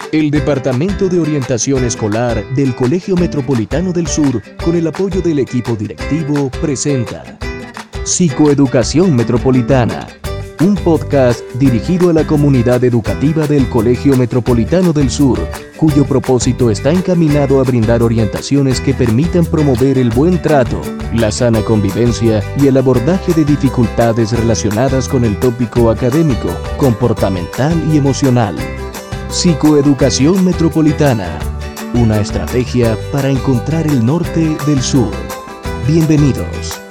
El Departamento de Orientación Escolar del Colegio Metropolitano del Sur, con el apoyo del equipo directivo, presenta Psicoeducación Metropolitana, un podcast dirigido a la comunidad educativa del Colegio Metropolitano del Sur, cuyo propósito está encaminado a brindar orientaciones que permitan promover el buen trato, la sana convivencia y el abordaje de dificultades relacionadas con el tópico académico, comportamental y emocional. Psicoeducación Metropolitana, una estrategia para encontrar el norte del sur. Bienvenidos.